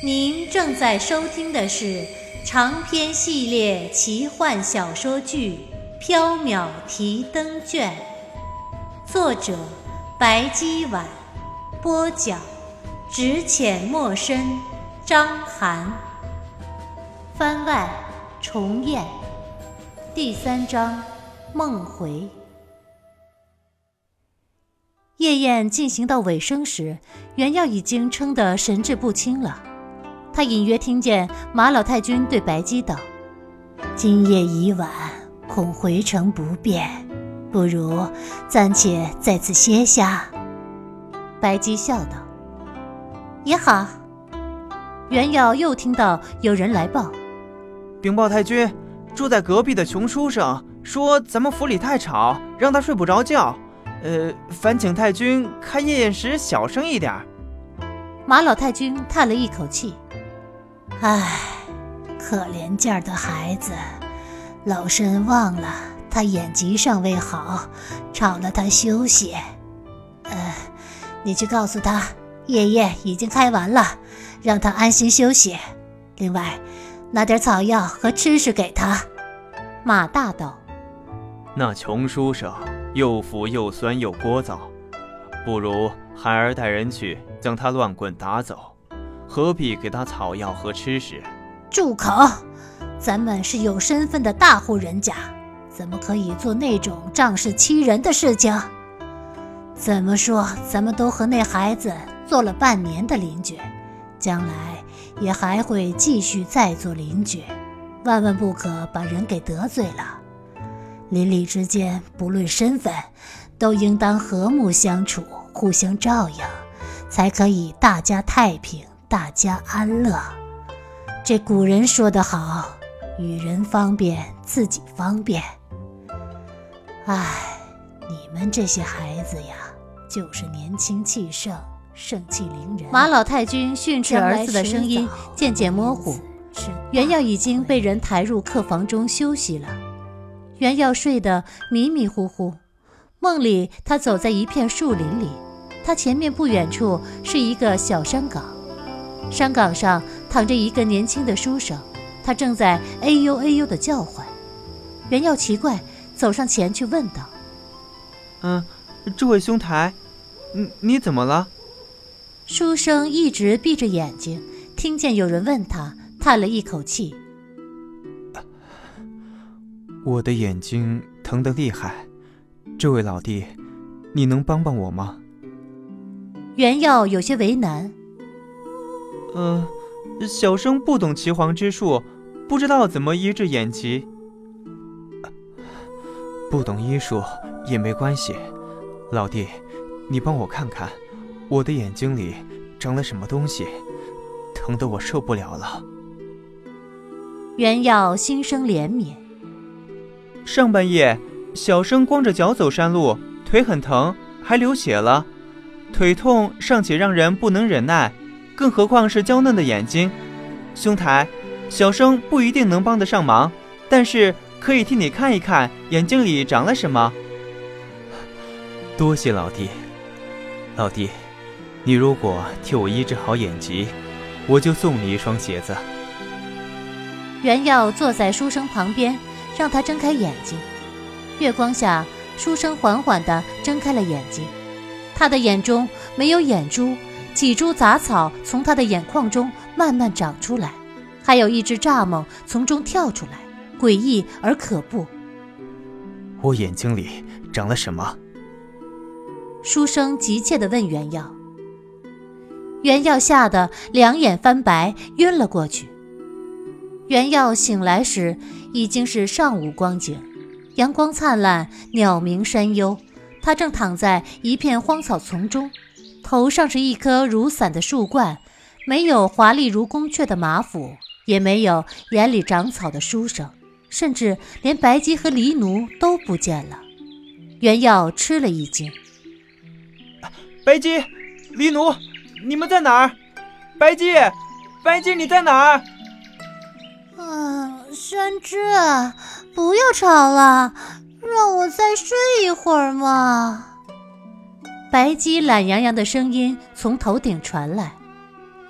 您正在收听的是长篇系列奇幻小说剧《缥缈提灯卷》，作者白姬婉，播讲只浅墨深，张涵，番外重演，第3章梦回。夜宴进行到尾声时，袁耀已经撑得神志不清了。他隐约听见马老太君对白姬道：“ 今夜已晚，恐回程不便，不如暂且在此歇下。” 白姬笑道：“也好。”袁耀又听到有人来报：“ 禀报太君，住在隔壁的穷书生说咱们府里太吵，让他睡不着觉。烦请太君开夜宴时小声一点。” 马老太君叹了一口气：“ 唉，可怜劲儿的孩子，老身忘了他眼疾尚未好，吵了他休息。你去告诉他，夜宴已经开完了，让他安心休息。另外，拿点草药和吃食给他。” 马大道：“ 那穷书生又腐又酸又聒噪，不如孩儿带人去将他乱棍打走，何必给他草药和吃食？” 住口！咱们是有身份的大户人家，怎么可以做那种仗势欺人的事情？怎么说，咱们都和那孩子做了半年的邻居，将来也还会继续再做邻居，万万不可把人给得罪了。邻里之间不论身份，都应当和睦相处，互相照应，才可以大家太平，大家安乐。这古人说得好，与人方便，自己方便。唉，你们这些孩子呀，就是年轻气盛，盛气凌人。 马老太君训斥儿子的声音渐渐模糊。袁耀已经被人抬入客房中休息了。袁耀睡得迷迷糊糊，梦里他走在一片树林里，他前面不远处是一个小山岗，山岗上躺着一个年轻的书生，他正在哎呦哎呦地叫唤。袁耀奇怪，走上前去问道：“ 这位兄台，你怎么了？” 书生一直闭着眼睛，听见有人问他，叹了一口气：“ 我的眼睛疼得厉害，这位老弟，你能帮帮我吗？” 袁耀有些为难：“ 小生不懂岐黄之术，不知道怎么医治眼疾。”“不懂医术也没关系，老弟，你帮我看看，我的眼睛里长了什么东西，疼得我受不了了。” 袁耀心生怜悯：“ 上半夜小生光着脚走山路，腿很疼，还流血了。腿痛尚且让人不能忍耐，更何况是娇嫩的眼睛。兄台，小生不一定能帮得上忙，但是可以替你看一看眼睛里长了什么。”“多谢老弟。老弟，你如果替我医治好眼疾，我就送你一双鞋子。” 袁耀坐在书生旁边，让他睁开眼睛。月光下，书生缓缓地睁开了眼睛，他的眼中没有眼珠，几株杂草从他的眼眶中慢慢长出来，还有一只蚱蜢从中跳出来，诡异而可怖。 “我眼睛里长了什么？” 书生急切地问袁耀。袁耀吓得两眼翻白，晕了过去。袁耀醒来时已经是上午光景，阳光灿烂，鸟鸣山幽，他正躺在一片荒草丛中，头上是一颗如伞的树冠，没有华丽如宫阙的马府，也没有眼里长草的书生，甚至连白姬和黎奴都不见了。袁耀吃了一惊：“ 白姬、黎奴，你们在哪儿？白姬，白姬，你在哪儿？”“ 山之，不要吵了，让我再睡一会儿嘛。” 白姬懒洋洋的声音从头顶传来。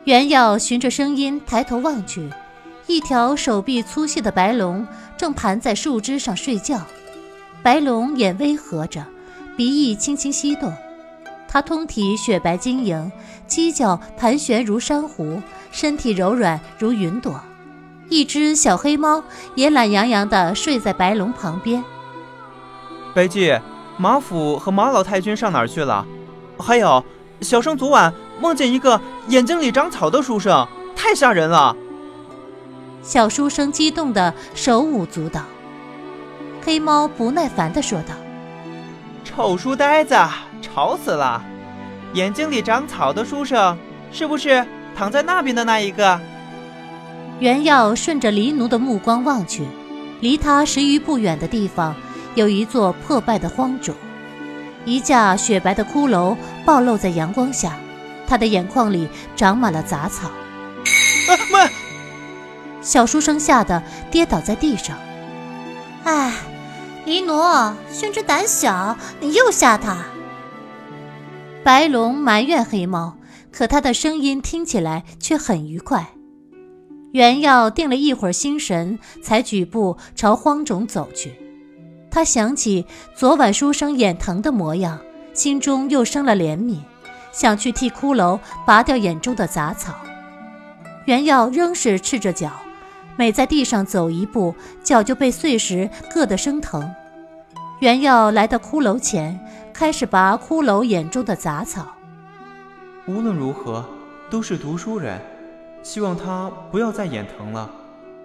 袁耀循着声音抬头望去，一条手臂粗细的白龙正盘在树枝上睡觉。白龙眼微合着，鼻翼轻轻翕动，它通体雪白晶莹，犄角盘旋如珊瑚，身体柔软如云朵。一只小黑猫也懒洋洋地睡在白龙旁边。 白姬，马府和马老太君上哪儿去了？还有，小生昨晚梦见一个眼睛里长草的书生，太吓人了。 小书生激动地手舞足蹈。黑猫不耐烦地说道： 臭书呆子，吵死了！眼睛里长草的书生，是不是躺在那边的那一个？ 袁耀顺着黎奴的目光望去，离他10余步远的地方有一座破败的荒冢，一架雪白的骷髅暴露在阳光下，他的眼眶里长满了杂草。 妈！ 小书生吓得跌倒在地上。 哎，黎奴，宣之胆小，你又吓他。 白龙埋怨黑猫，可他的声音听起来却很愉快。袁耀定了一会儿心神，才举步朝荒冢走去。他想起昨晚书生眼疼的模样，心中又生了怜悯，想去替骷髅拔掉眼中的杂草。袁耀仍是赤着脚，每在地上走一步，脚就被碎石硌得生疼。袁耀来到骷髅前，开始拔骷髅眼中的杂草。 无论如何都是读书人，希望他不要再眼疼了。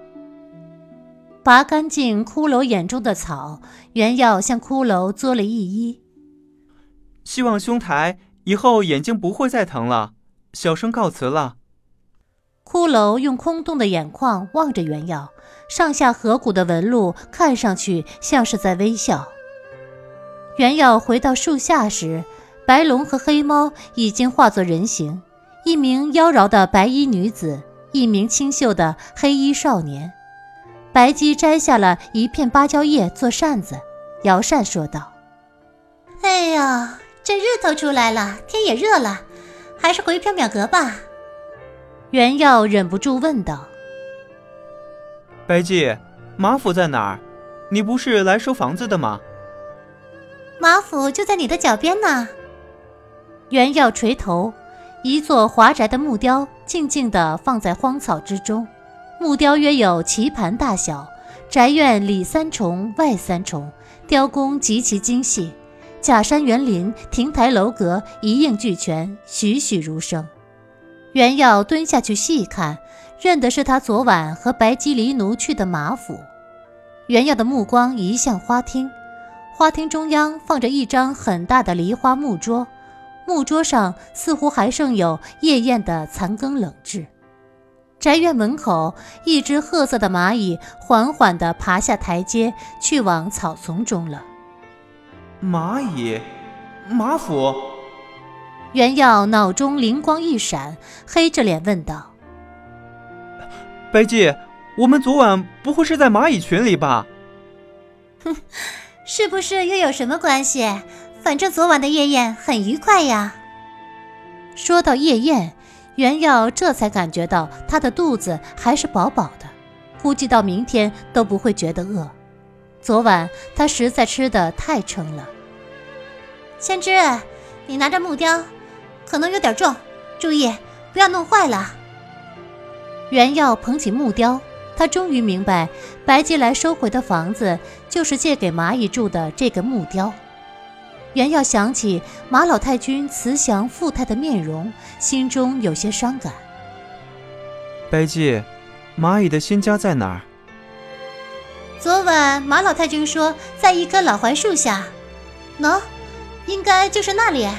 拔干净骷髅眼中的草，袁耀向骷髅作了一揖。 希望兄台以后眼睛不会再疼了，小生告辞了。 骷髅用空洞的眼眶望着袁耀，上下颌骨的纹路看上去像是在微笑。袁耀回到树下时，白龙和黑猫已经化作人形，一名妖娆的白衣女子，一名清秀的黑衣少年。白姬摘下了一片芭蕉叶做扇子，摇扇说道： 哎呀，这日头出来了，天也热了，还是回缥缈阁吧。 袁耀忍不住问道： 白姬，马府在哪儿？你不是来收房子的吗？ 马府就在你的脚边呢。 袁耀垂头，一座华宅的木雕静静地放在荒草之中，木雕约有棋盘大小，宅院里3重外3重，雕工极其精细，假山园林、亭台楼阁一应俱全，栩栩如生。袁耀蹲下去细看，认的是他昨晚和白姬离奴去的马府。袁耀的目光移向花厅，花厅中央放着一张很大的梨花木桌，木桌上似乎还剩有夜宴的残羹冷炙。宅院门口，一只褐色的蚂蚁缓缓地爬下台阶，去往草丛中了。 蚂蚁？马府？ 袁耀脑中灵光一闪，黑着脸问道： 白姬，我们昨晚不会是在蚂蚁群里吧？ 哼，是不是又有什么关系？反正昨晚的夜宴很愉快呀。 说到夜宴，袁耀这才感觉到他的肚子还是饱饱的，估计到明天都不会觉得饿。昨晚他实在吃得太撑了。 先知，你拿着木雕，可能有点重，注意不要弄坏了。 袁耀捧起木雕，他终于明白白姬来收回的房子就是借给蚂蚁住的这个木雕。袁耀想起马老太君慈祥富态的面容，心中有些伤感。 白姬，蚂蚁的新家在哪儿？ 昨晚马老太君说在一棵老槐树下，喏，应该就是那里。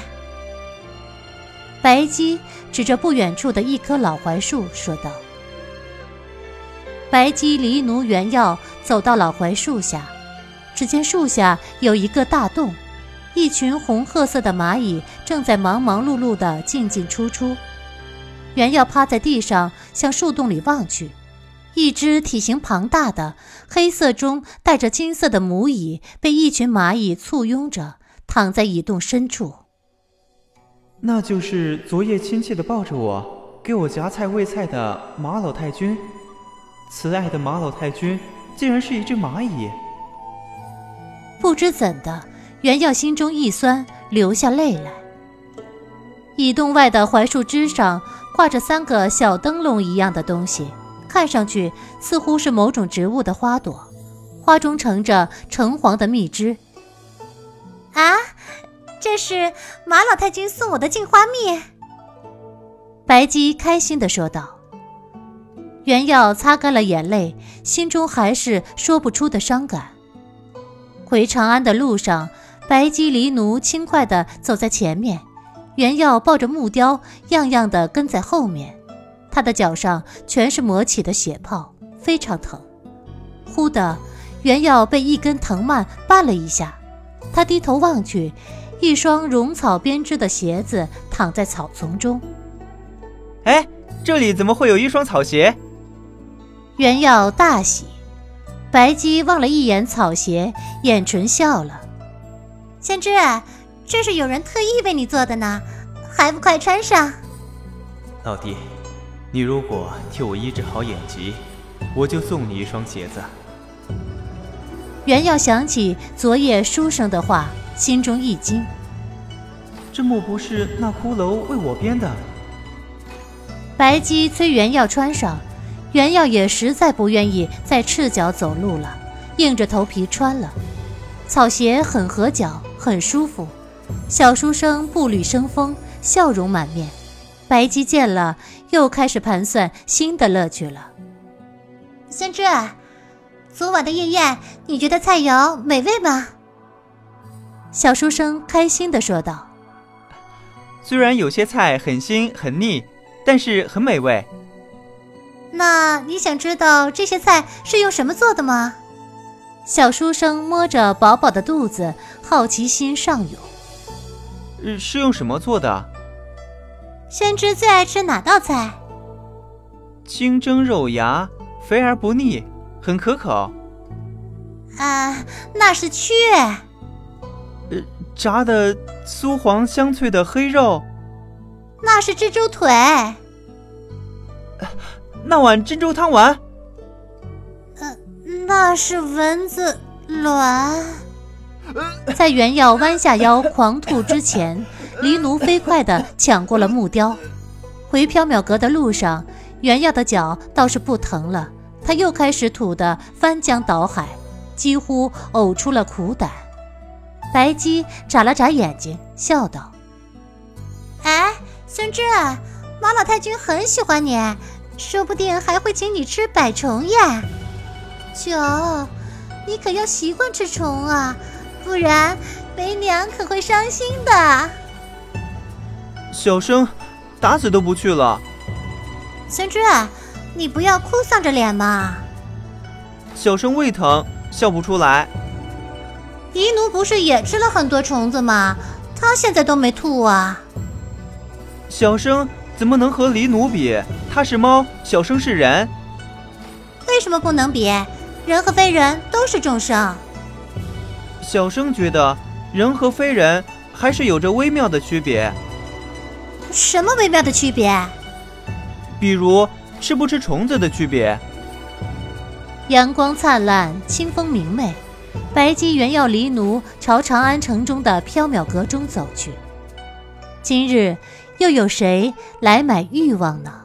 白姬指着不远处的一棵老槐树说道。白姬离奴袁耀走到老槐树下，只见树下有一个大洞，一群红褐色的蚂蚁正在忙忙碌碌地进进出出。袁耀趴在地上向树洞里望去，一只体型庞大的黑色中带着金色的母蚁被一群蚂蚁簇拥着躺在蚁洞深处。 那就是昨夜亲切地抱着我， 给我夹菜喂菜的马老太君，慈爱的马老太君竟然是一只蚂蚁。 不知怎的，袁耀心中一酸，流下泪来。蚁洞外的槐树枝上挂着3个小灯笼一样的东西，看上去似乎是某种植物的花朵，花中盛着橙黄的蜜汁。 啊，这是马老太君送我的镜花蜜。 白姬开心地说道。袁耀擦干了眼泪，心中还是说不出的伤感。回长安的路上，白姬离奴轻快地走在前面，袁耀抱着木雕，样样地跟在后面。他的脚上全是磨起的血泡，非常疼。忽的，袁耀被一根藤蔓绊了一下，他低头望去，一双绒草编织的鞋子躺在草丛中。 哎，这里怎么会有一双草鞋？ 袁耀大喜。白姬望了一眼草鞋，眼唇笑了。 仙芝，这是有人特意为你做的呢，还不快穿上？ 老弟，你如果替我医治好眼疾，我就送你一双鞋子。 袁耀想起昨夜书生的话，心中一惊。 这莫不是那骷髅为我编的？ 白姬催袁耀穿上，袁耀也实在不愿意再赤脚走路了，硬着头皮穿了。草鞋很合脚，很舒服。小书生步履生风，笑容满面。白姬见了，又开始盘算新的乐趣了。 仙芝，昨晚的夜宴，你觉得菜肴美味吗？ 小书生开心地说道。 虽然有些菜很腥很腻，但是很美味。 那你想知道这些菜是用什么做的吗？ 小书生摸着饱饱的肚子，好奇心上涌。 是用什么做的？ 仙芝最爱吃哪道菜？ 清蒸肉芽，肥而不腻，很可口。 啊，那是雀。 炸的酥黄香脆的黑肉， 那是蜘蛛腿。 那碗珍珠汤丸， 那是蚊子卵。 在袁耀弯下腰狂吐之前，黎奴飞快地抢过了木雕。回缥缈阁的路上，袁耀的脚倒是不疼了，他又开始吐得翻江倒海，几乎呕出了苦胆。白姬眨了眨眼睛，笑道： 哎，孙志，马老太君很喜欢你，说不定还会请你吃百虫呀。九，你可要习惯吃虫啊，不然梅娘可会伤心的。 小生打死都不去了。 孙志，你不要哭丧着脸嘛。 小生胃疼，笑不出来。 黎奴不是也吃了很多虫子吗？他现在都没吐啊。 小生怎么能和黎奴比？他是猫，小生是人。 为什么不能比？人和非人都是众生。 小生觉得人和非人还是有着微妙的区别。 什么微妙的区别？ 比如吃不吃虫子的区别。 阳光灿烂，清风明媚，白姬原要黎奴朝长安城中的缥缈阁中走去。今日又有谁来买欲望呢？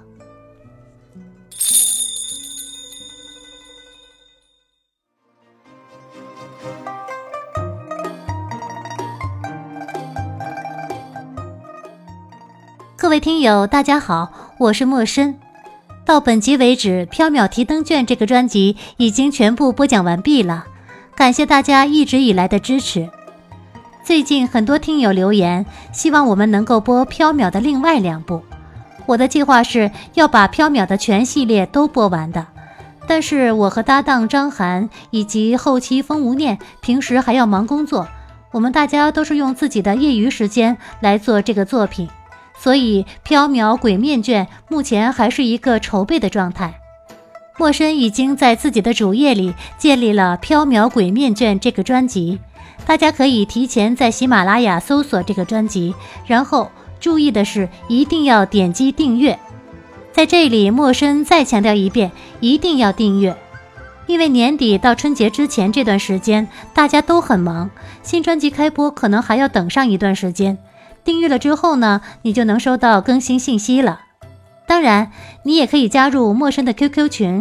各位听友大家好，我是莫深。到本集为止，缥缈提灯卷这个专辑已经全部播讲完毕了，感谢大家一直以来的支持。最近很多听友留言，希望我们能够播缥缈的另外2部。我的计划是要把缥缈的全系列都播完的，但是我和搭档张涵以及后期风无念平时还要忙工作，我们大家都是用自己的业余时间来做这个作品，所以缥缈鬼面卷目前还是一个筹备的状态。莫深已经在自己的主页里建立了缥缈鬼面卷这个专辑，大家可以提前在喜马拉雅搜索这个专辑，然后注意的是一定要点击订阅。 在这里，陌生再强调一遍，一定要订阅，因为年底到春节之前这段时间大家都很忙，新专辑开播可能还要等上一段时间。订阅了之后呢，你就能收到更新信息了。当然，你也可以加入陌生的 QQ 群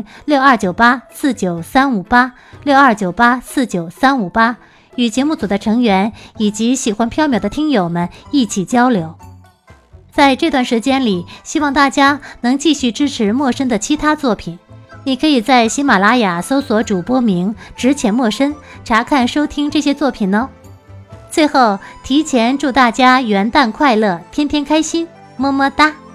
629849358629849358，与节目组的成员以及喜欢缥缈的听友们一起交流。在这段时间里，希望大家能继续支持陌生的其他作品。你可以在喜马拉雅搜索主播名只浅陌生，查看收听这些作品哦。最后，提前祝大家元旦快乐，天天开心，么么哒。